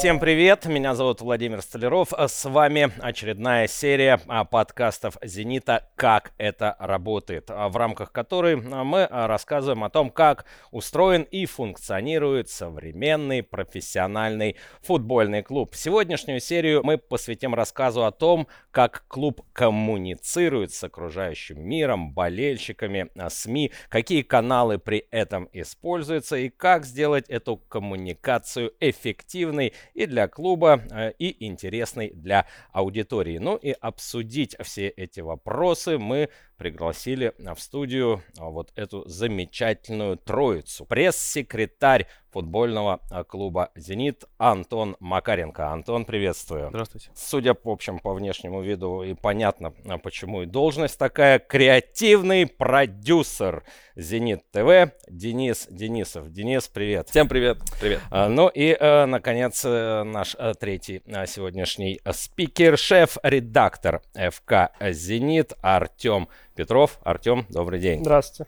Всем привет, меня зовут Владимир Столяров, с вами очередная серия подкастов «Зенита. Как это работает», в рамках которой мы рассказываем о том, как устроен и функционирует современный профессиональный футбольный клуб. Сегодняшнюю серию мы посвятим рассказу о том, как клуб коммуницирует с окружающим миром, болельщиками, СМИ, какие каналы при этом используются и как сделать эту коммуникацию эффективной и для клуба, и интересной для аудитории. Ну и обсудить все эти вопросы мы пригласили в студию вот эту замечательную троицу. Пресс-секретарь футбольного клуба «Зенит» Антон Макаренко. Антон, приветствую. Здравствуйте. Судя, в общем, по внешнему виду и понятно, почему и должность такая. Креативный продюсер «Зенит ТВ» Денис Денисов. Денис, привет. Всем привет. Привет. Ну и, наконец, наш третий сегодняшний спикер, шеф-редактор ФК «Зенит» Артем Петров. Артем, добрый день. Здравствуйте.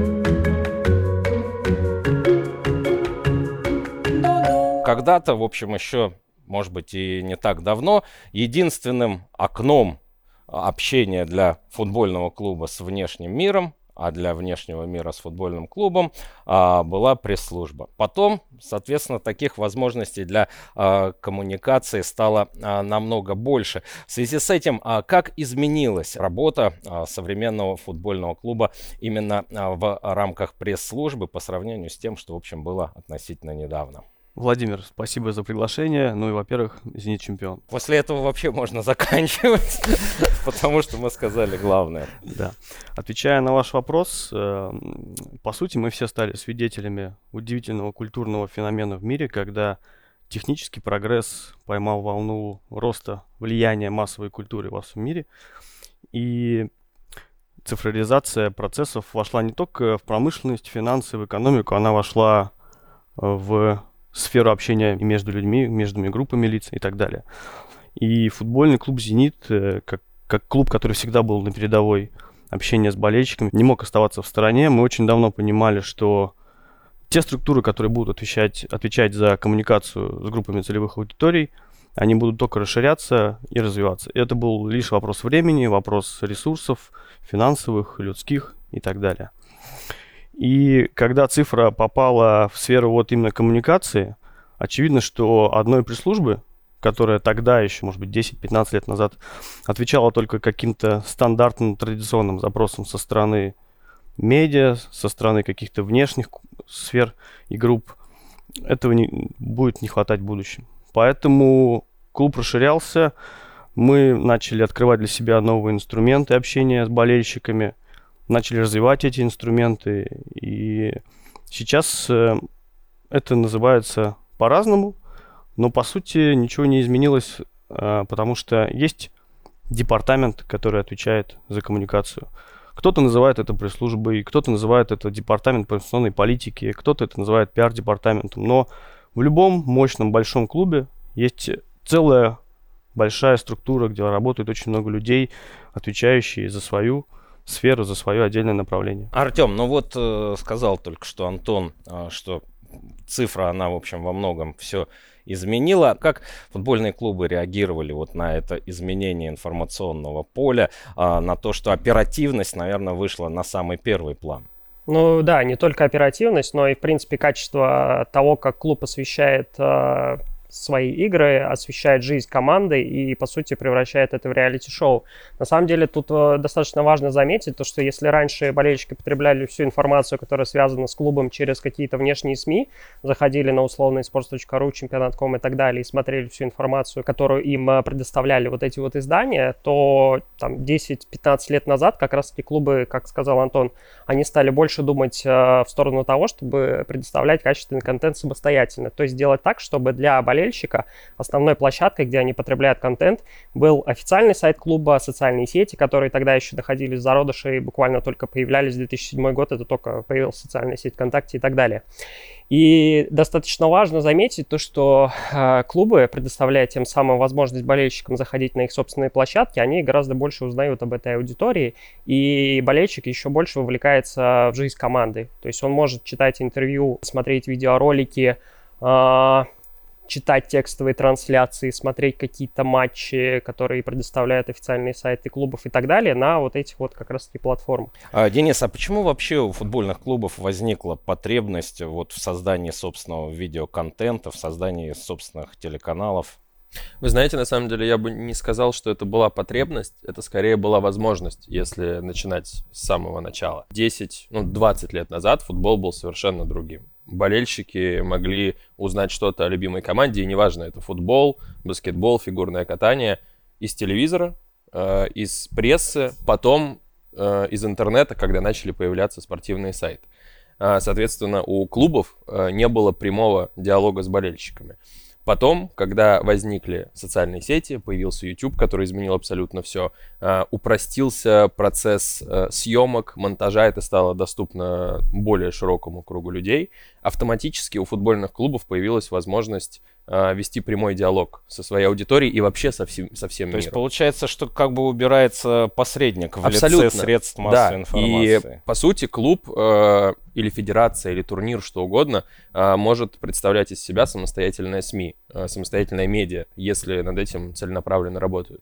Когда-то, в общем, еще, может быть, и не так давно, единственным окном общения для футбольного клуба с внешним миром, а для внешнего мира с футбольным клубом была пресс-служба. Потом, соответственно, таких возможностей для коммуникации стало намного больше. В связи с этим, как изменилась работа современного футбольного клуба именно в рамках пресс-службы по сравнению с тем, что, в общем, было относительно недавно? Владимир, спасибо за приглашение. Ну и, во-первых, «Зенит» чемпион. После этого вообще можно заканчивать, потому что мы сказали главное. Да. Отвечая на ваш вопрос, по сути, мы все стали свидетелями удивительного культурного феномена в мире, когда технический прогресс поймал волну роста влияния массовой культуры во всем мире. И цифровизация процессов вошла не только в промышленность, финансы, в экономику, она вошла в сферу общения между людьми, между группами лиц и так далее. И футбольный клуб «Зенит», как клуб, который всегда был на передовой общения с болельщиками, не мог оставаться в стороне. Мы очень давно понимали, что те структуры, которые будут отвечать за коммуникацию с группами целевых аудиторий, они будут только расширяться и развиваться. И это был лишь вопрос времени, вопрос ресурсов, финансовых, людских и так далее. И когда цифра попала в сферу вот именно коммуникации, очевидно, что одной пресс-службы, которая тогда еще, может быть, 10-15 лет назад отвечала только каким-то стандартным традиционным запросам со стороны медиа, со стороны каких-то внешних сфер и групп, этого будет не хватать в будущем. Поэтому клуб расширялся, мы начали открывать для себя новые инструменты общения с болельщиками, начали развивать эти инструменты, и сейчас это называется по-разному, но по сути ничего не изменилось, потому что есть департамент, который отвечает за коммуникацию. Кто-то называет это пресс-службой, кто-то называет это департамент профессиональной политики, кто-то это называет пиар-департаментом, но в любом мощном большом клубе есть целая большая структура, где работает очень много людей, отвечающие за свою сферу, за свое отдельное направление. Артем, ну вот сказал только что Антон, что цифра, она, в общем, во многом все изменила. Как футбольные клубы реагировали вот на это изменение информационного поля, на то, что оперативность, наверное, вышла на самый первый план? Ну да, не только оперативность, но и, в принципе, качество того, как клуб освещает свои игры, освещает жизнь команды и, по сути, превращает это в реалити-шоу. На самом деле, тут достаточно важно заметить, то, что если раньше болельщики потребляли всю информацию, которая связана с клубом через какие-то внешние СМИ, заходили на условный sports.ru, чемпионат.com и так далее, и смотрели всю информацию, которую им предоставляли вот эти вот издания, то там 10-15 лет назад как раз-таки клубы, как сказал Антон, они стали больше думать в сторону того, чтобы предоставлять качественный контент самостоятельно. То есть делать так, чтобы для болельщика основной площадкой, где они потребляют контент, был официальный сайт клуба, социальные сети, которые тогда еще находились в зародыше и буквально только появлялись. 2007 год, это только появилась социальная сеть ВКонтакте и так далее. И достаточно важно заметить то, что клубы, предоставляя тем самым возможность болельщикам заходить на их собственные площадки, они гораздо больше узнают об этой аудитории, и болельщик еще больше вовлекается в жизнь команды. То есть он может читать интервью, смотреть видеоролики, читать текстовые трансляции, смотреть какие-то матчи, которые предоставляют официальные сайты клубов и так далее, на вот этих вот как раз-таки платформах. Денис, а почему вообще у футбольных клубов возникла потребность вот в создании собственного видеоконтента, в создании собственных телеканалов? Вы знаете, на самом деле я бы не сказал, что это была потребность, это скорее была возможность, если начинать с самого начала. 20 лет назад футбол был совершенно другим. Болельщики могли узнать что-то о любимой команде, и неважно, это футбол, баскетбол, фигурное катание, из телевизора, из прессы, потом из интернета, когда начали появляться спортивные сайты. Соответственно, у клубов не было прямого диалога с болельщиками. Потом, когда возникли социальные сети, появился YouTube, который изменил абсолютно все, упростился процесс съемок, монтажа, это стало доступно более широкому кругу людей. Автоматически у футбольных клубов появилась возможность вести прямой диалог со своей аудиторией и вообще со всем миром. То есть получается, что как бы убирается посредник в лице средств массовой информации. И по сути клуб или федерация, или турнир, что угодно, может представлять из себя самостоятельное СМИ, самостоятельное медиа, если над этим целенаправленно работают.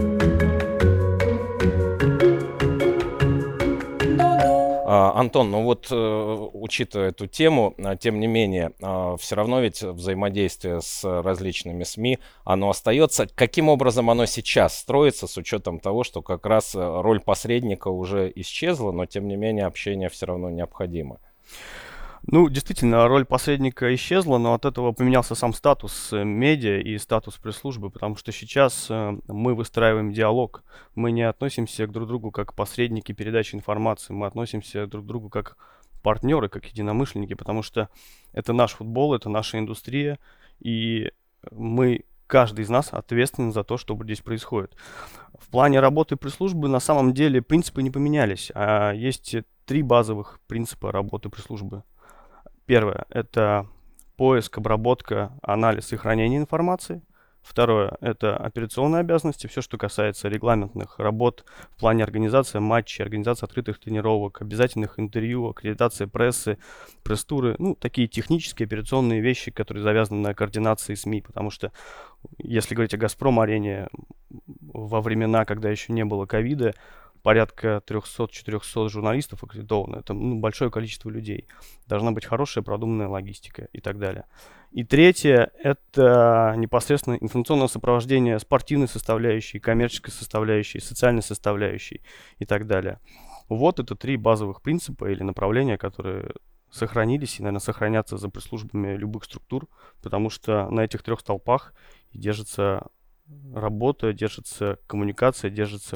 Антон, ну вот, учитывая эту тему, тем не менее, все равно ведь взаимодействие с различными СМИ, оно остается. Каким образом оно сейчас строится, с учетом того, что как раз роль посредника уже исчезла, но тем не менее общение все равно необходимо? Ну, действительно, роль посредника исчезла, но от этого поменялся сам статус медиа и статус пресс-службы, потому что сейчас мы выстраиваем диалог. Мы не относимся друг к другу как посредники передачи информации, мы относимся друг к другу как партнеры, как единомышленники, потому что это наш футбол, это наша индустрия, и каждый из нас ответственен за то, что здесь происходит. В плане работы пресс-службы на самом деле принципы не поменялись, а есть 3 базовых принципа работы пресс-службы. Первое – это поиск, обработка, анализ и хранение информации. Второе – это операционные обязанности, все, что касается регламентных работ в плане организации матчей, организации открытых тренировок, обязательных интервью, аккредитации прессы, пресс-туры. Ну, такие технические операционные вещи, которые завязаны на координации СМИ, потому что, если говорить о «Газпром-арене», во времена, когда еще не было ковида, порядка 300-400 журналистов аккредитовано. Это большое количество людей. Должна быть хорошая продуманная логистика и так далее. И третье – это непосредственно информационное сопровождение спортивной составляющей, коммерческой составляющей, социальной составляющей и так далее. Вот это 3 базовых принципа или направления, которые сохранились и, наверное, сохранятся за пресс-службами любых структур, потому что на этих 3 столпах и держится работа, держится коммуникация, держится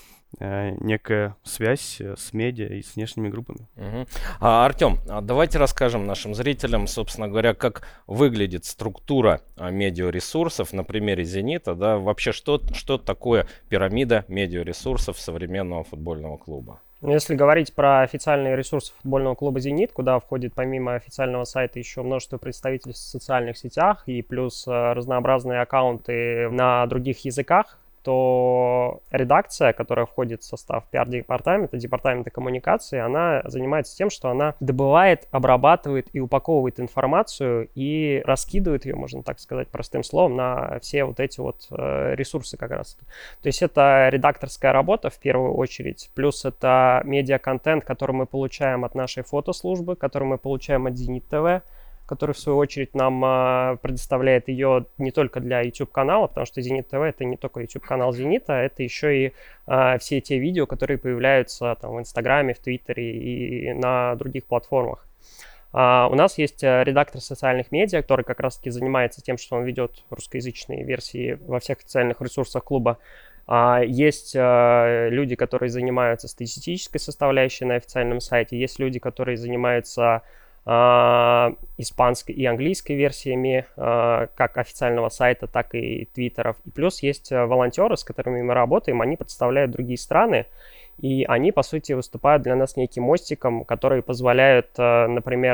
некая связь с медиа и с внешними группами. Артем, давайте расскажем нашим зрителям, собственно говоря, как выглядит структура медиаресурсов на примере «Зенита». Да, вообще, что такое пирамида медиаресурсов современного футбольного клуба? Если говорить про официальные ресурсы футбольного клуба «Зенит», куда входит помимо официального сайта еще множество представителей в социальных сетях и плюс разнообразные аккаунты на других языках, то редакция, которая входит в состав пиар-департамента, департамента коммуникации, она занимается тем, что она добывает, обрабатывает и упаковывает информацию и раскидывает ее, можно так сказать, простым словом, на все вот эти вот ресурсы как раз. То есть это редакторская работа в первую очередь, плюс это медиа-контент, который мы получаем от нашей фотослужбы, который мы получаем от Зенит ТВ, который, в свою очередь, нам предоставляет ее не только для YouTube-канала, потому что Зенит ТВ — это не только YouTube-канал Зенита, это еще и все те видео, которые появляются там, в Инстаграме, в Твиттере и на других платформах. У нас есть редактор социальных медиа, который как раз-таки занимается тем, что он ведет русскоязычные версии во всех официальных ресурсах клуба. Есть люди, которые занимаются статистической составляющей на официальном сайте, есть люди, которые занимаются испанской и английской версиями как официального сайта, так и твиттеров. И плюс есть волонтеры, с которыми мы работаем, они представляют другие страны, и они, по сути, выступают для нас неким мостиком, который позволяет, например,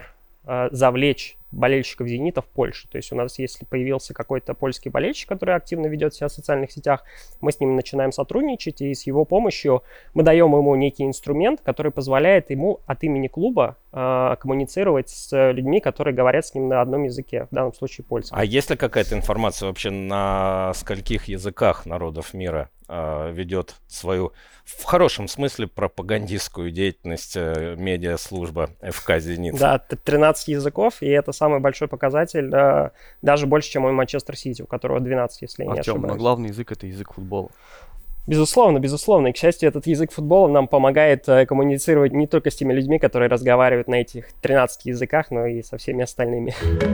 завлечь болельщиков «Зенита» в Польшу. То есть у нас, если появился какой-то польский болельщик, который активно ведет себя в социальных сетях, мы с ним начинаем сотрудничать, и с его помощью мы даем ему некий инструмент, который позволяет ему от имени клуба коммуницировать с людьми, которые говорят с ним на одном языке, в данном случае польском. А есть ли какая-то информация вообще, на скольких языках народов мира ведет свою, в хорошем смысле, пропагандистскую деятельность медиаслужба ФК «Зенит»? Да, 13 языков, и это самый большой показатель, даже больше, чем у Манчестер Сити, у которого 12, если я не ошибаюсь. Артем, но главный язык — это язык футбола. Безусловно, безусловно. И, к счастью, этот язык футбола нам помогает коммуницировать не только с теми людьми, которые разговаривают на этих 13 языках, но и со всеми остальными.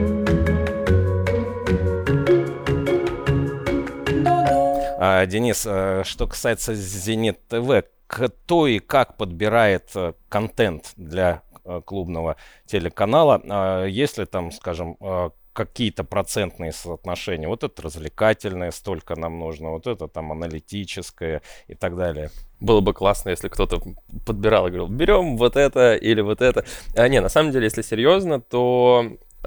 Денис, что касается «Зенит ТВ», кто и как подбирает контент для клубного телеканала? Есть ли там, скажем, какие-то процентные соотношения? Вот это развлекательное, столько нам нужно, вот это там аналитическое и так далее. Было бы классно, если кто-то подбирал и говорил, берем вот это или вот это. Не, на самом деле, если серьезно, то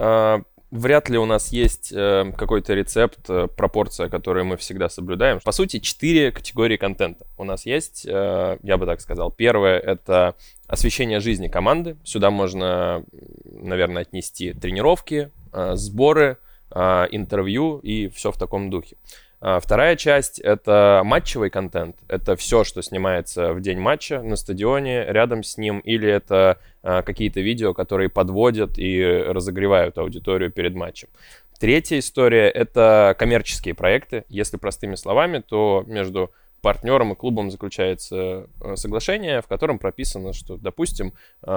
вряд ли у нас есть какой-то рецепт, пропорция, которую мы всегда соблюдаем. По сути, 4 категории контента у нас есть, я бы так сказал. Первое — это освещение жизни команды. Сюда можно, наверное, отнести тренировки, сборы, интервью и все в таком духе. Вторая часть — это матчевый контент. Это все, что снимается в день матча на стадионе, рядом с ним, или это какие-то видео, которые подводят и разогревают аудиторию перед матчем. Третья история — это коммерческие проекты. Если простыми словами, то между партнером и клубом заключается соглашение, в котором прописано, что, допустим,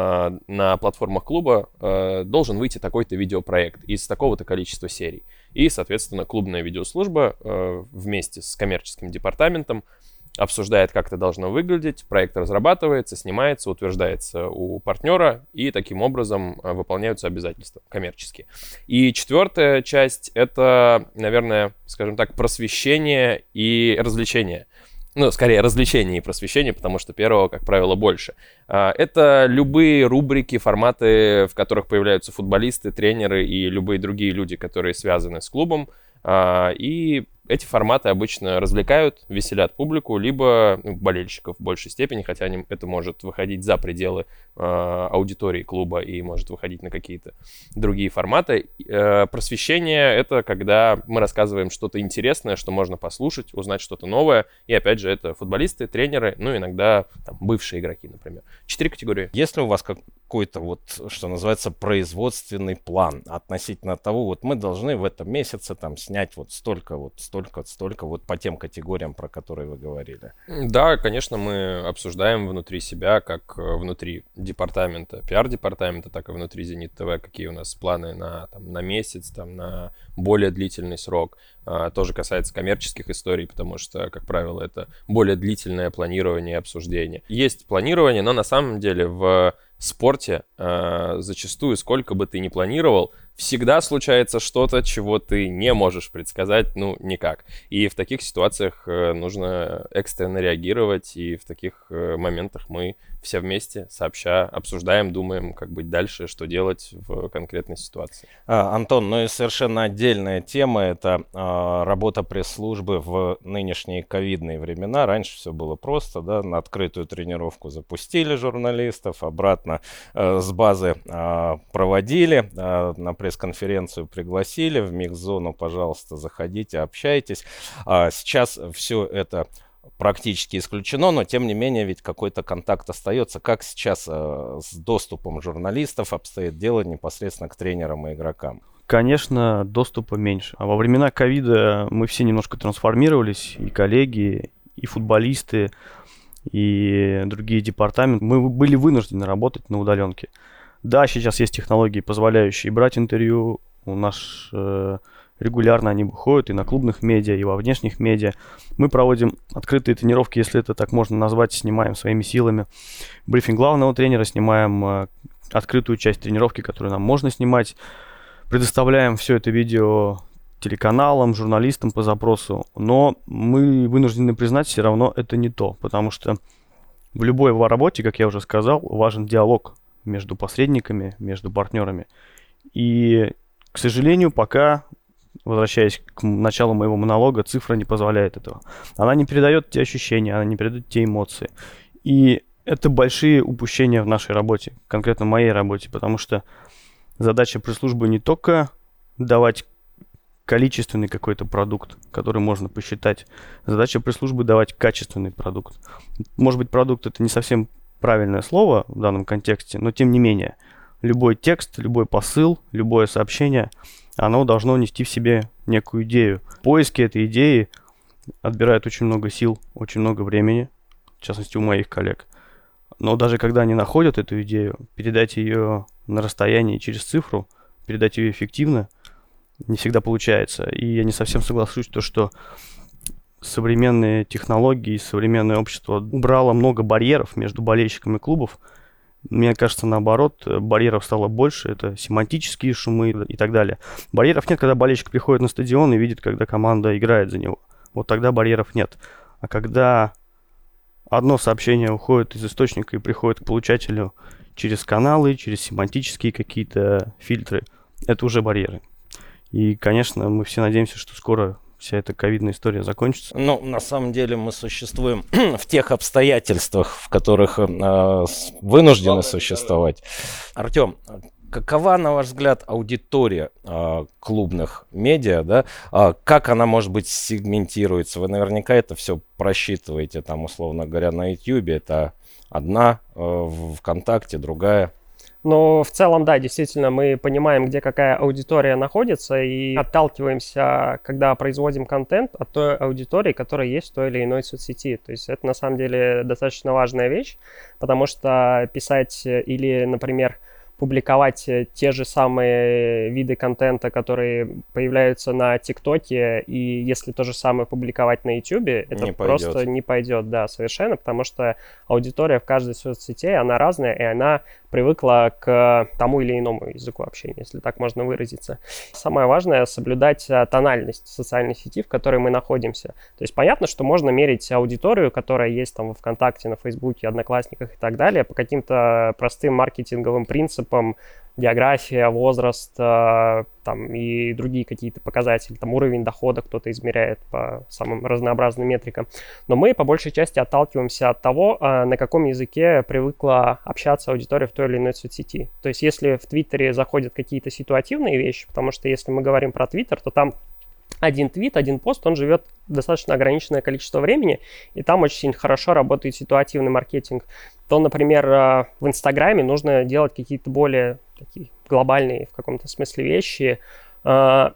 на платформах клуба должен выйти такой-то видеопроект из такого-то количества серий. И, соответственно, клубная видеослужба вместе с коммерческим департаментом обсуждает, как это должно выглядеть, проект разрабатывается, снимается, утверждается у партнера, и таким образом выполняются обязательства коммерческие. И четвертая часть — это, наверное, скажем так, просвещение и развлечение. Ну, скорее, развлечение и просвещение, потому что первого, как правило, больше. Это любые рубрики, форматы, в которых появляются футболисты, тренеры и любые другие люди, которые связаны с клубом. И эти форматы обычно развлекают, веселят публику, либо болельщиков в большей степени, хотя это может выходить за пределы аудитории клуба и может выходить на какие-то другие форматы. Просвещение — это когда мы рассказываем что-то интересное, что можно послушать, узнать что-то новое. И опять же, это футболисты, тренеры, ну, иногда там, бывшие игроки, например. 4 категории. Есть ли у вас какой-то, вот, что называется, производственный план относительно того, вот мы должны в этом месяце там снять вот столько, вот по тем категориям, про которые вы говорили? Да, конечно, мы обсуждаем внутри себя, как внутри департамента, пиар-департамента, так и внутри «Зенит ТВ», какие у нас планы на месяц, на более длительный срок. Тоже касается коммерческих историй, потому что, как правило, это более длительное планирование и обсуждение. Есть планирование, но на самом деле в спорте зачастую, сколько бы ты ни планировал, всегда случается что-то, чего ты не можешь предсказать, никак. И в таких ситуациях нужно экстренно реагировать, и в таких моментах мы все вместе, сообща, обсуждаем, думаем, как быть дальше, что делать в конкретной ситуации. Антон, и совершенно отдельная тема — это работа пресс-службы в нынешние ковидные времена. Раньше все было просто, да, на открытую тренировку запустили журналистов, обратно с базы проводили, на пресс-конференцию пригласили, в микс-зону, пожалуйста, заходите, общайтесь. Сейчас все это практически исключено, но тем не менее ведь какой-то контакт остается. Как сейчас с доступом журналистов обстоит дело непосредственно к тренерам и игрокам? Конечно, доступа меньше. А во времена ковида мы все немножко трансформировались, и коллеги, и футболисты, и другие департаменты. Мы были вынуждены работать на удаленке. Да, сейчас есть технологии, позволяющие брать интервью. У нас регулярно они выходят и на клубных медиа, и во внешних медиа. Мы проводим открытые тренировки, если это так можно назвать, снимаем своими силами. Брифинг главного тренера, снимаем открытую часть тренировки, которую нам можно снимать. Предоставляем все это видео телеканалам, журналистам по запросу. Но мы вынуждены признать, все равно это не то, потому что в любой работе, как я уже сказал, важен диалог между посредниками, между партнерами. И, к сожалению, пока, возвращаясь к началу моего монолога, цифра не позволяет этого. Она не передает те ощущения, она не передает те эмоции. И это большие упущения в нашей работе, конкретно в моей работе, потому что задача пресс-службы не только давать количественный какой-то продукт, который можно посчитать. Задача пресс-службы давать качественный продукт. Может быть, продукт — это не совсем правильное слово в данном контексте, но тем не менее, любой текст, любой посыл, любое сообщение, оно должно нести в себе некую идею. Поиски этой идеи отбирают очень много сил, очень много времени, в частности, у моих коллег. Но даже когда они находят эту идею, передать ее на расстоянии через цифру, передать ее эффективно, не всегда получается. И я не совсем соглашусь, что современные технологии, современное общество убрало много барьеров между болельщиками клубов. Мне кажется, наоборот, барьеров стало больше. Это семантические шумы и так далее. Барьеров нет, когда болельщик приходит на стадион и видит, когда команда играет за него. Вот тогда барьеров нет. А когда одно сообщение уходит из источника и приходит к получателю через каналы, через семантические какие-то фильтры, это уже барьеры. И, конечно, мы все надеемся, что скоро вся эта ковидная история закончится. Ну, на самом деле мы существуем в тех обстоятельствах, в которых вынуждены существовать. Артем, какова, на ваш взгляд, аудитория клубных медиа, да? Как она, может быть, сегментируется? Вы наверняка это все просчитываете, там, условно говоря, на YouTube. Это одна, в ВКонтакте другая. Но в целом, да, действительно, мы понимаем, где какая аудитория находится, и отталкиваемся, когда производим контент, от той аудитории, которая есть в той или иной соцсети. То есть это на самом деле достаточно важная вещь, потому что писать или, например, публиковать те же самые виды контента, которые появляются на ТикТоке, и если то же самое публиковать на Ютубе, это просто не пойдет, да, совершенно, потому что аудитория в каждой соцсети, она разная, и она привыкла к тому или иному языку общения, если так можно выразиться. Самое важное — соблюдать тональность социальной сети, в которой мы находимся. То есть понятно, что можно мерить аудиторию, которая есть там во ВКонтакте, на Фейсбуке, Одноклассниках и так далее, по каким-то простым маркетинговым принципам, география, возраст, там, и другие какие-то показатели, там, уровень дохода кто-то измеряет по самым разнообразным метрикам. Но мы по большей части отталкиваемся от того, на каком языке привыкла общаться аудитория в той или иной соцсети. То есть если в Твиттере заходят какие-то ситуативные вещи, потому что если мы говорим про Твиттер, то там один твит, один пост, он живет достаточно ограниченное количество времени, и там очень хорошо работает ситуативный маркетинг. То, например, в Инстаграме нужно делать какие-то более такие глобальные в каком-то смысле вещи. Во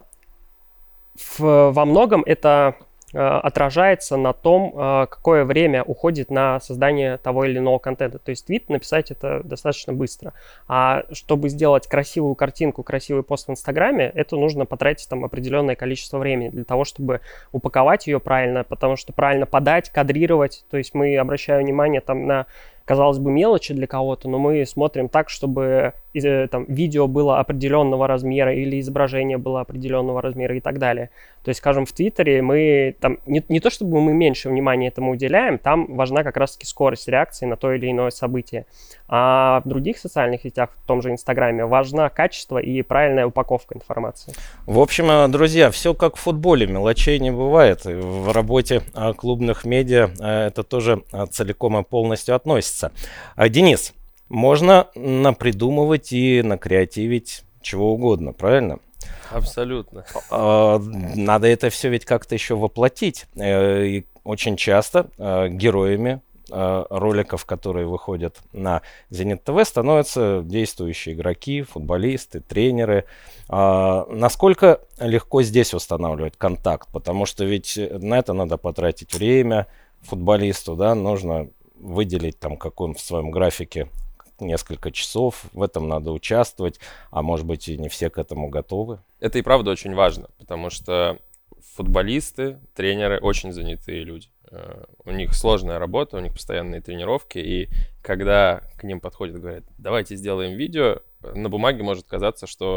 многом это отражается на том, какое время уходит на создание того или иного контента. То есть твит написать это достаточно быстро. А чтобы сделать красивую картинку, красивый пост в Инстаграме, это нужно потратить там определенное количество времени для того, чтобы упаковать ее правильно, потому что правильно подать, кадрировать. То есть мы обращаем внимание там на, казалось бы, мелочи для кого-то, но мы смотрим так, чтобы там видео было определенного размера или изображение было определенного размера и так далее. То есть, скажем, в Твиттере мы там не то чтобы мы меньше внимания этому уделяем, там важна как раз-таки скорость реакции на то или иное событие. А в других социальных сетях, в том же Инстаграме, важно качество и правильная упаковка информации. В общем, друзья, все как в футболе, мелочей не бывает. И в работе клубных медиа это тоже целиком и полностью относится. Денис, можно напридумывать и накреативить чего угодно, правильно? Абсолютно. Надо это все ведь как-то еще воплотить. И очень часто героями роликов, которые выходят на Зенит ТВ, становятся действующие игроки, футболисты, тренеры. Насколько легко здесь устанавливать контакт? Потому что ведь на это надо потратить время футболисту, да, нужно выделить там в своем графике несколько часов, в этом надо участвовать, а может быть и не все к этому готовы. Это и правда очень важно, потому что футболисты, тренеры очень занятые люди. У них сложная работа, у них постоянные тренировки, и когда к ним подходят и говорят, давайте сделаем видео, на бумаге может казаться, что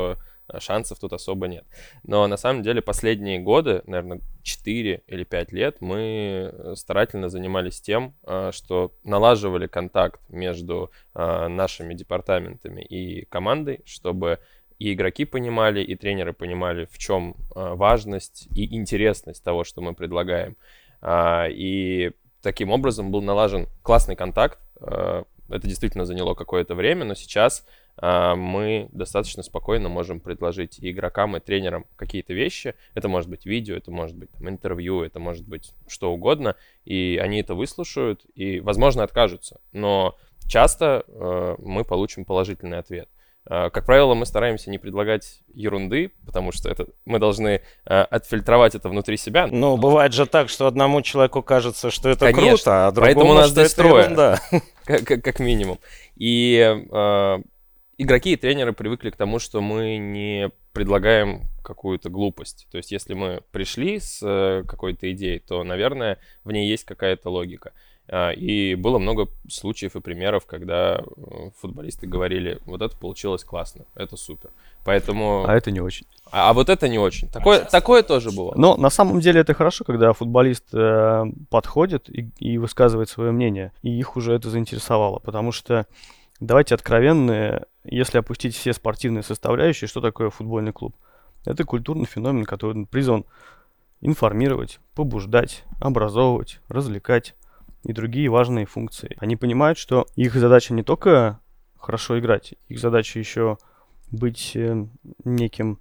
шансов тут особо нет. Но на самом деле последние годы, наверное, 4 или 5 лет мы старательно занимались тем, что налаживали контакт между нашими департаментами и командой, чтобы и игроки понимали, и тренеры понимали, в чем важность и интересность того, что мы предлагаем. И таким образом был налажен классный контакт. Это действительно заняло какое-то время, но сейчас мы достаточно спокойно можем предложить и игрокам, и тренерам какие-то вещи. Это может быть видео, это может быть там, интервью, это может быть что угодно. И они это выслушают и, возможно, откажутся. Но часто мы получим положительный ответ. Как правило, мы стараемся не предлагать ерунды, потому что мы должны отфильтровать это внутри себя. Ну, бывает же так, что одному человеку кажется, что это Конечно. круто, а другому, поэтому нас что здесь это трое, ерунда. как минимум. И игроки и тренеры привыкли к тому, что мы не предлагаем какую-то глупость. То есть, если мы пришли с какой-то идеей, то, наверное, в ней есть какая-то логика. И было много случаев и примеров, когда футболисты говорили, вот это получилось классно, это супер. Поэтому... А это не очень. А вот это не очень. Такое тоже было. Но на самом деле это хорошо, когда футболист подходит и высказывает свое мнение, и их уже это заинтересовало. Потому что, давайте откровенны, если опустить все спортивные составляющие, что такое футбольный клуб? Это культурный феномен, который призван информировать, побуждать, образовывать, развлекать и другие важные функции. Они понимают, что их задача не только хорошо играть, их задача еще быть неким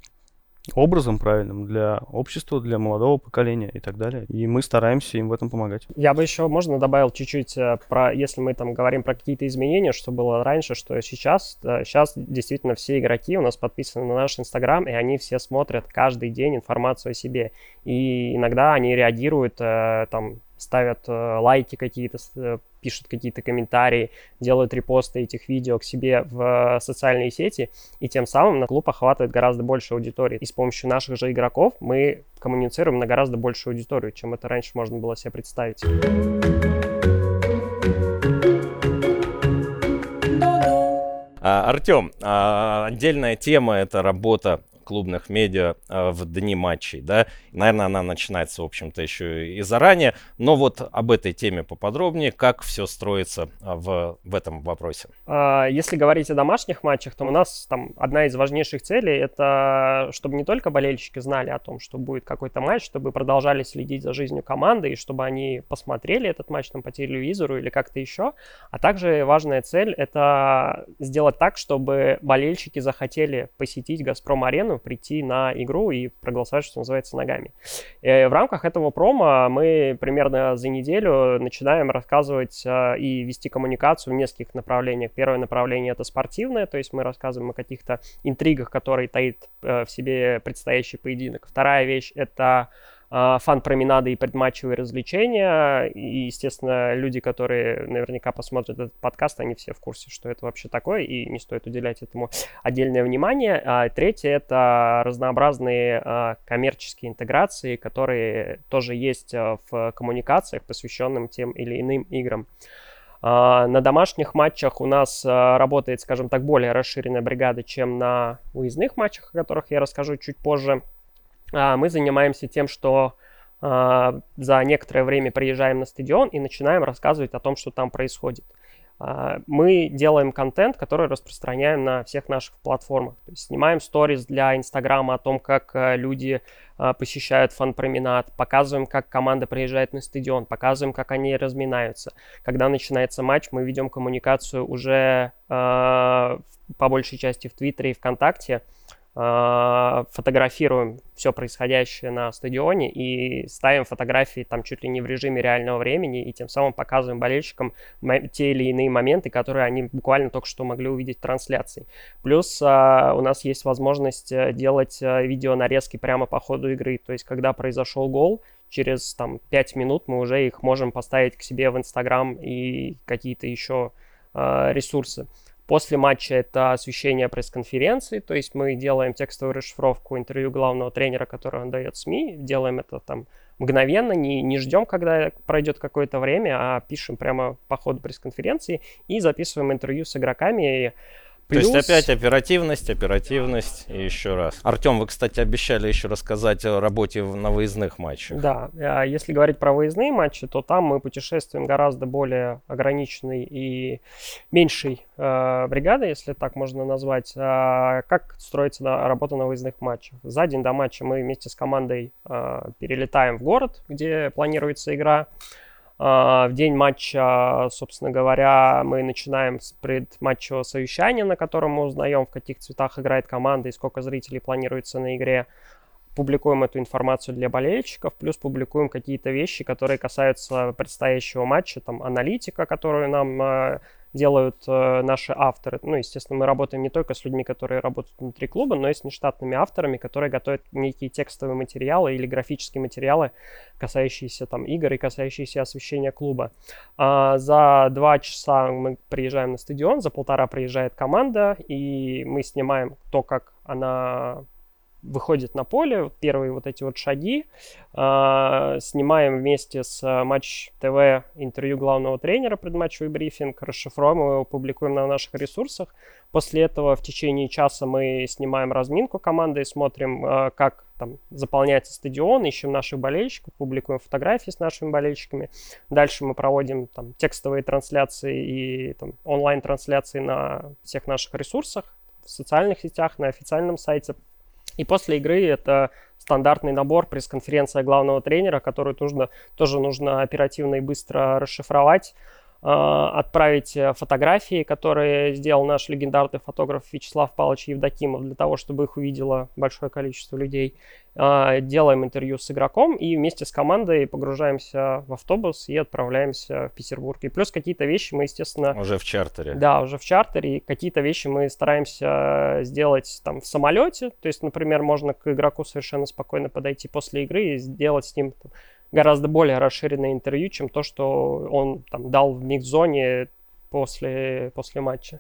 образом правильным для общества, для молодого поколения и так далее. И мы стараемся им в этом помогать. Я бы еще, можно, добавил чуть-чуть если мы там говорим про какие-то изменения, что было раньше, что сейчас. Сейчас действительно все игроки у нас подписаны на наш Инстаграм, и они все смотрят каждый день информацию о себе. И иногда они реагируют, ставят лайки какие-то, пишут какие-то комментарии, делают репосты этих видео к себе в социальные сети, и тем самым на клуб охватывает гораздо больше аудитории. И с помощью наших же игроков мы коммуницируем на гораздо большую аудиторию, чем это раньше можно было себе представить. Артем, отдельная тема — это работа клубных медиа в дни матчей, да, наверное, она начинается, в общем-то, еще и заранее, но вот об этой теме поподробнее, как все строится в этом вопросе. Если говорить о домашних матчах, то у нас там одна из важнейших целей — это чтобы не только болельщики знали о том, что будет какой-то матч, чтобы продолжали следить за жизнью команды, и чтобы они посмотрели этот матч там по телевизору или как-то еще, а также важная цель — это сделать так, чтобы болельщики захотели посетить «Газпром-арену», прийти на игру и проголосовать, что называется, ногами. И в рамках этого промо мы примерно за неделю начинаем рассказывать и вести коммуникацию в нескольких направлениях. Первое направление — это спортивное, то есть мы рассказываем о каких-то интригах, которые таит в себе предстоящий поединок. Вторая вещь — это фан-променады и предматчевые развлечения. И, естественно, люди, которые наверняка посмотрят этот подкаст, они все в курсе, что это вообще такое, и не стоит уделять этому отдельное внимание. Третье — это разнообразные коммерческие интеграции, которые тоже есть в коммуникациях, посвященным тем или иным играм. На домашних матчах у нас работает, скажем так, более расширенная бригада, чем на выездных матчах, о которых я расскажу чуть позже. Мы занимаемся тем, что за некоторое время приезжаем на стадион и начинаем рассказывать о том, что там происходит. Мы делаем контент, который распространяем на всех наших платформах. То есть снимаем сториз для Инстаграма о том, как люди посещают фан-променад, показываем, как команда приезжает на стадион, показываем, как они разминаются. Когда начинается матч, мы ведем коммуникацию уже по большей части в Твиттере и ВКонтакте, фотографируем все происходящее на стадионе и ставим фотографии там чуть ли не в режиме реального времени, и тем самым показываем болельщикам те или иные моменты, которые они буквально только что могли увидеть в трансляции. Плюс у нас есть возможность делать видеонарезки прямо по ходу игры, то есть когда произошел гол, через там 5 минут мы уже их можем поставить к себе в Инстаграм и какие-то еще ресурсы. После матча это освещение пресс-конференции, то есть мы делаем текстовую расшифровку интервью главного тренера, который он дает СМИ, делаем это там мгновенно, не ждем, когда пройдет какое-то время, а пишем прямо по ходу пресс-конференции и записываем интервью с игроками. То есть опять оперативность и еще раз. Артем, вы, кстати, обещали еще рассказать о работе на выездных матчах. Да, если говорить про выездные матчи, то там мы путешествуем гораздо более ограниченной и меньшей бригадой, если так можно назвать. Как строится работа на выездных матчах? За день до матча мы вместе с командой перелетаем в город, где планируется игра. В день матча, собственно говоря, мы начинаем с предматчевого совещания, на котором мы узнаем, в каких цветах играет команда и сколько зрителей планируется на игре. Публикуем эту информацию для болельщиков, плюс публикуем какие-то вещи, которые касаются предстоящего матча, там аналитика, которую нам делают наши авторы. Ну, естественно, мы работаем не только с людьми, которые работают внутри клуба, но и с нештатными авторами, которые готовят некие текстовые материалы или графические материалы, касающиеся там игр и касающиеся освещения клуба. За 2 часа мы приезжаем на стадион, за 1,5 приезжает команда, и мы снимаем то, как она выходит на поле, первые вот эти вот шаги, снимаем вместе с Матч ТВ интервью главного тренера, предматчевый брифинг, расшифруем его, публикуем на наших ресурсах. После этого в течение часа мы снимаем разминку команды, смотрим, как там заполняется стадион, ищем наших болельщиков, публикуем фотографии с нашими болельщиками. Дальше мы проводим там текстовые трансляции и там, онлайн-трансляции на всех наших ресурсах, в социальных сетях, на официальном сайте. И после игры это стандартный набор, пресс-конференция главного тренера, которую тоже нужно оперативно и быстро расшифровать, отправить фотографии, которые сделал наш легендарный фотограф Вячеслав Павлович Евдокимов, для того, чтобы их увидело большое количество людей. Делаем интервью с игроком и вместе с командой погружаемся в автобус и отправляемся в Петербург. И плюс какие-то вещи мы, естественно... Уже в чартере. Да, уже в чартере. И какие-то вещи мы стараемся сделать там в самолете. То есть, например, можно к игроку совершенно спокойно подойти после игры и сделать с ним гораздо более расширенное интервью, чем то, что он там дал в микс-зоне после матча.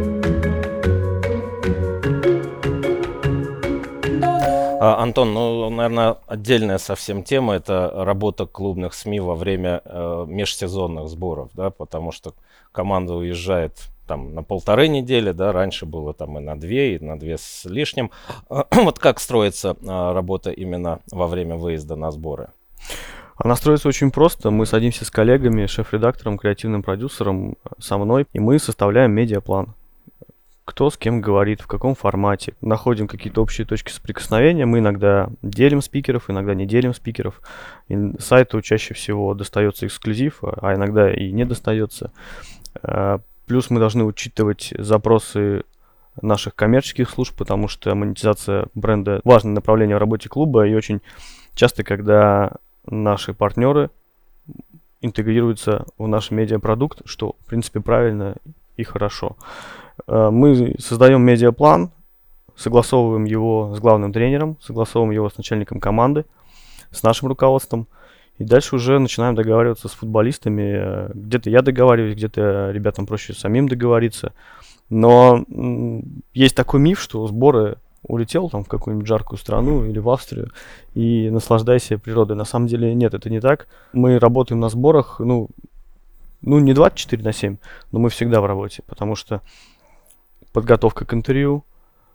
Антон, ну, наверное, отдельная совсем тема – это работа клубных СМИ во время межсезонных сборов, да, потому что команда уезжает там на 1,5 недели, да, раньше было там и на 2, и на 2 с лишним. Вот как строится работа именно во время выезда на сборы? Она строится очень просто. Мы садимся с коллегами, шеф-редактором, креативным продюсером, со мной, и мы составляем медиаплан. Кто с кем говорит, в каком формате. Находим какие-то общие точки соприкосновения. Мы иногда делим спикеров, иногда не делим спикеров. И сайту чаще всего достается эксклюзив, а иногда и не достается. Плюс мы должны учитывать запросы наших коммерческих служб, потому что монетизация бренда – важное направление в работе клуба. И очень часто, когда наши партнеры интегрируются в наш медиапродукт, что, в принципе, правильно и хорошо. Мы создаем медиаплан, согласовываем его с главным тренером, согласовываем его с начальником команды, с нашим руководством. И дальше уже начинаем договариваться с футболистами. Где-то я договариваюсь, где-то ребятам проще самим договориться. Но есть такой миф, что сборы улетел там в какую-нибудь жаркую страну или в Австрию и наслаждайся природой. На самом деле нет, это не так. Мы работаем на сборах, ну не 24/7, но мы всегда в работе, потому что подготовка к интервью,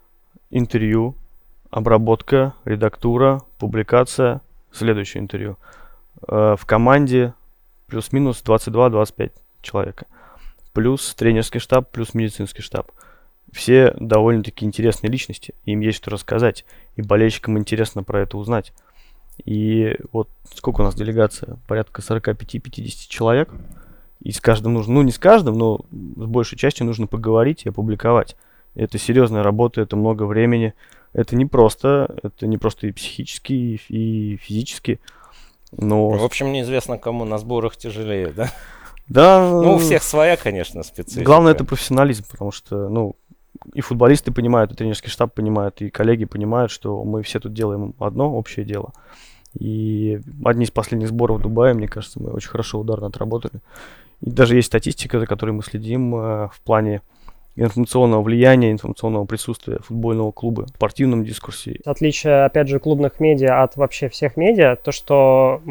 обработка, редактура, публикация, следующее интервью. В команде плюс-минус 22-25 человека. Плюс тренерский штаб, плюс медицинский штаб. Все довольно-таки интересные личности, им есть что рассказать, и болельщикам интересно про это узнать. И вот сколько у нас делегация? Порядка 45-50 человек. И с каждым нужно, ну не с каждым, но с большей частью нужно поговорить и опубликовать. Это серьезная работа, это много времени. Это не просто и психически, и физически. Но... В общем, неизвестно, кому на сборах тяжелее, да? Да. Ну, у всех своя, конечно, специфика. Главное, это профессионализм, потому что, и футболисты понимают, и тренерский штаб понимает, и коллеги понимают, что мы все тут делаем одно общее дело. И одни из последних сборов в Дубае, мне кажется, мы очень хорошо ударно отработали. И даже есть статистика, за которой мы следим в плане информационного влияния, информационного присутствия футбольного клуба в спортивном дискурсе. Отличие, опять же, клубных медиа от вообще всех медиа, то, что мы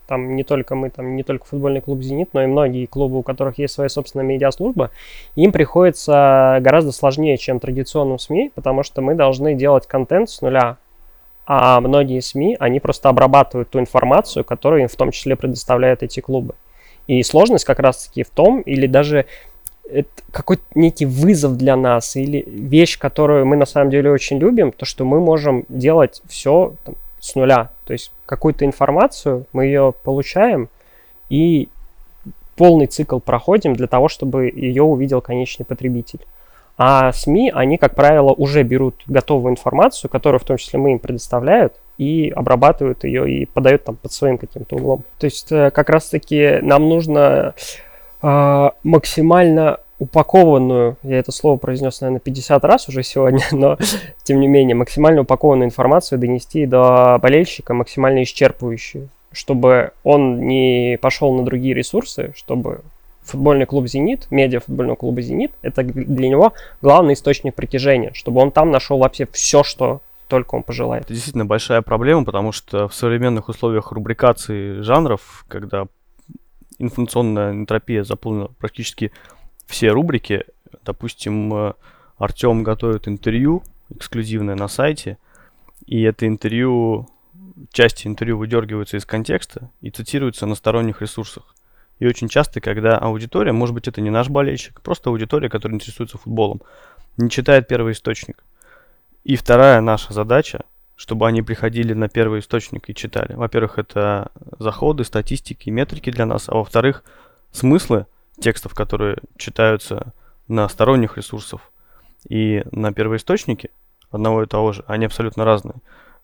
там не только мы, там не только футбольный клуб «Зенит», но и многие клубы, у которых есть своя собственная медиаслужба, им приходится гораздо сложнее, чем традиционным СМИ, потому что мы должны делать контент с нуля, а многие СМИ, они просто обрабатывают ту информацию, которую им в том числе предоставляют эти клубы. И сложность как раз-таки в том, или даже это какой-то некий вызов для нас, или вещь, которую мы на самом деле очень любим, то, что мы можем делать все там, с нуля. То есть какую-то информацию мы ее получаем и полный цикл проходим для того, чтобы ее увидел конечный потребитель. А СМИ, они, как правило, уже берут готовую информацию, которую в том числе мы им предоставляют, и обрабатывают ее и подают там под своим каким-то углом. То есть как раз-таки нам нужно максимально упакованную, я это слово произнес, наверное, 50 раз уже сегодня, но тем не менее, максимально упакованную информацию донести до болельщика, максимально исчерпывающую, чтобы он не пошел на другие ресурсы, чтобы футбольный клуб «Зенит», медиа футбольного клуба «Зенит», это для него главный источник притяжения, чтобы он там нашел вообще все, что только он пожелает. Это действительно большая проблема, потому что в современных условиях рубрикации жанров, когда информационная энтропия заполнила практически все рубрики, допустим, Артем готовит интервью эксклюзивное на сайте, и это интервью, части интервью выдергиваются из контекста и цитируются на сторонних ресурсах. И очень часто, когда аудитория, может быть, это не наш болельщик, просто аудитория, которая интересуется футболом, не читает первый источник. И вторая наша задача, чтобы они приходили на первый источник и читали. Во-первых, это заходы, статистики, метрики для нас, а во-вторых, смыслы текстов, которые читаются на сторонних ресурсах и на первоисточнике одного и того же, они абсолютно разные.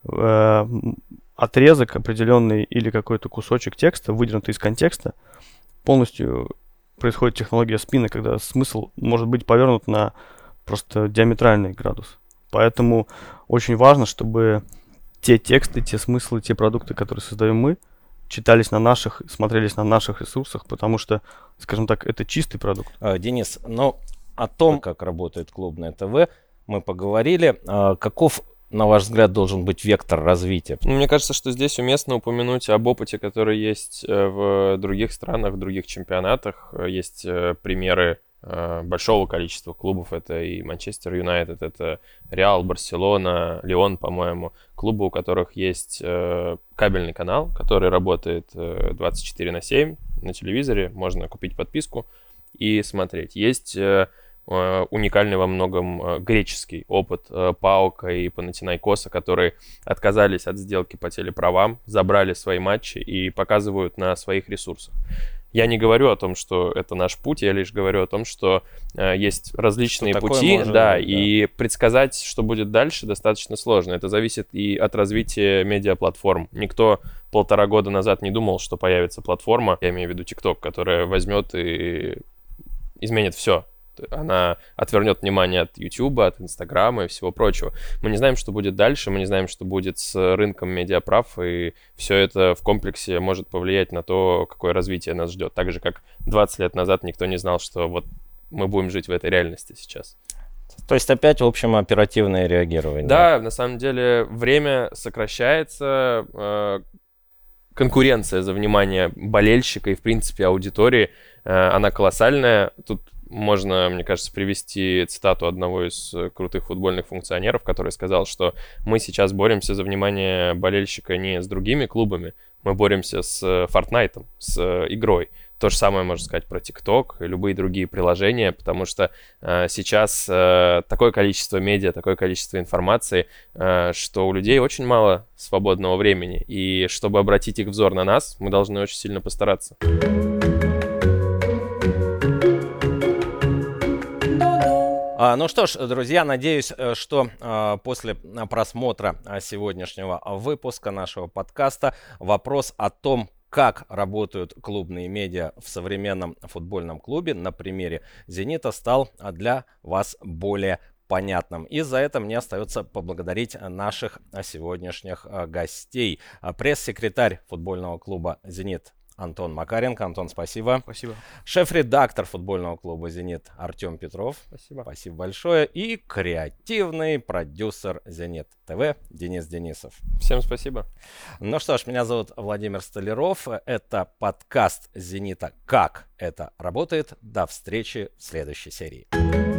Отрезок определенный или какой-то кусочек текста, выдернутый из контекста, полностью происходит технология спина, когда смысл может быть повернут на просто диаметральный градус. Поэтому очень важно, чтобы те тексты, те смыслы, те продукты, которые создаем мы, читались на наших, смотрелись на наших ресурсах, потому что, скажем так, это чистый продукт. Денис, ну о том, как работает клубное ТВ, мы поговорили. Каков, на ваш взгляд, должен быть вектор развития? Мне кажется, что здесь уместно упомянуть об опыте, который есть в других странах, в других чемпионатах. Есть примеры большого количества клубов. Это и Манчестер Юнайтед, это Реал, Барселона, Лион, по-моему. Клубы, у которых есть кабельный канал, который работает 24/7 на телевизоре. Можно купить подписку и смотреть. Есть уникальный во многом греческий опыт ПАОКа и Панатинайкоса, которые отказались от сделки по телеправам, забрали свои матчи и показывают на своих ресурсах. Я не говорю о том, что это наш путь, я лишь говорю о том, что есть различные пути, да, и предсказать, что будет дальше, достаточно сложно. Это зависит и от развития медиаплатформ. Никто 1,5 года назад не думал, что появится платформа, я имею в виду TikTok, которая возьмет и изменит все. Она отвернет внимание от YouTube, от Инстаграма и всего прочего. Мы не знаем, что будет дальше, мы не знаем, что будет с рынком медиаправ, и все это в комплексе может повлиять на то, какое развитие нас ждет. Так же, как 20 лет назад никто не знал, что вот мы будем жить в этой реальности сейчас. То есть опять, в общем, оперативное реагирование. Да, на самом деле время сокращается, конкуренция за внимание болельщика и, в принципе, аудитории, она колоссальная. Тут можно, мне кажется, привести цитату одного из крутых футбольных функционеров, который сказал, что мы сейчас боремся за внимание болельщика не с другими клубами, мы боремся с Fortnite, с игрой. То же самое можно сказать про TikTok и любые другие приложения, потому что сейчас такое количество медиа, такое количество информации, что у людей очень мало свободного времени. И чтобы обратить их взор на нас, мы должны очень сильно постараться. Ну что ж, друзья, надеюсь, что после просмотра сегодняшнего выпуска нашего подкаста вопрос о том, как работают клубные медиа в современном футбольном клубе на примере «Зенита» стал для вас более понятным. И за это мне остается поблагодарить наших сегодняшних гостей. Пресс-секретарь футбольного клуба «Зенит» Антон Макаренко. Антон, спасибо. Спасибо. Шеф-редактор футбольного клуба «Зенит» Артем Петров. Спасибо. Спасибо большое. И креативный продюсер «Зенит ТВ» Денис Денисов. Всем спасибо. Ну что ж, меня зовут Владимир Столяров. Это подкаст «Зенита. Как это работает?». До встречи в следующей серии.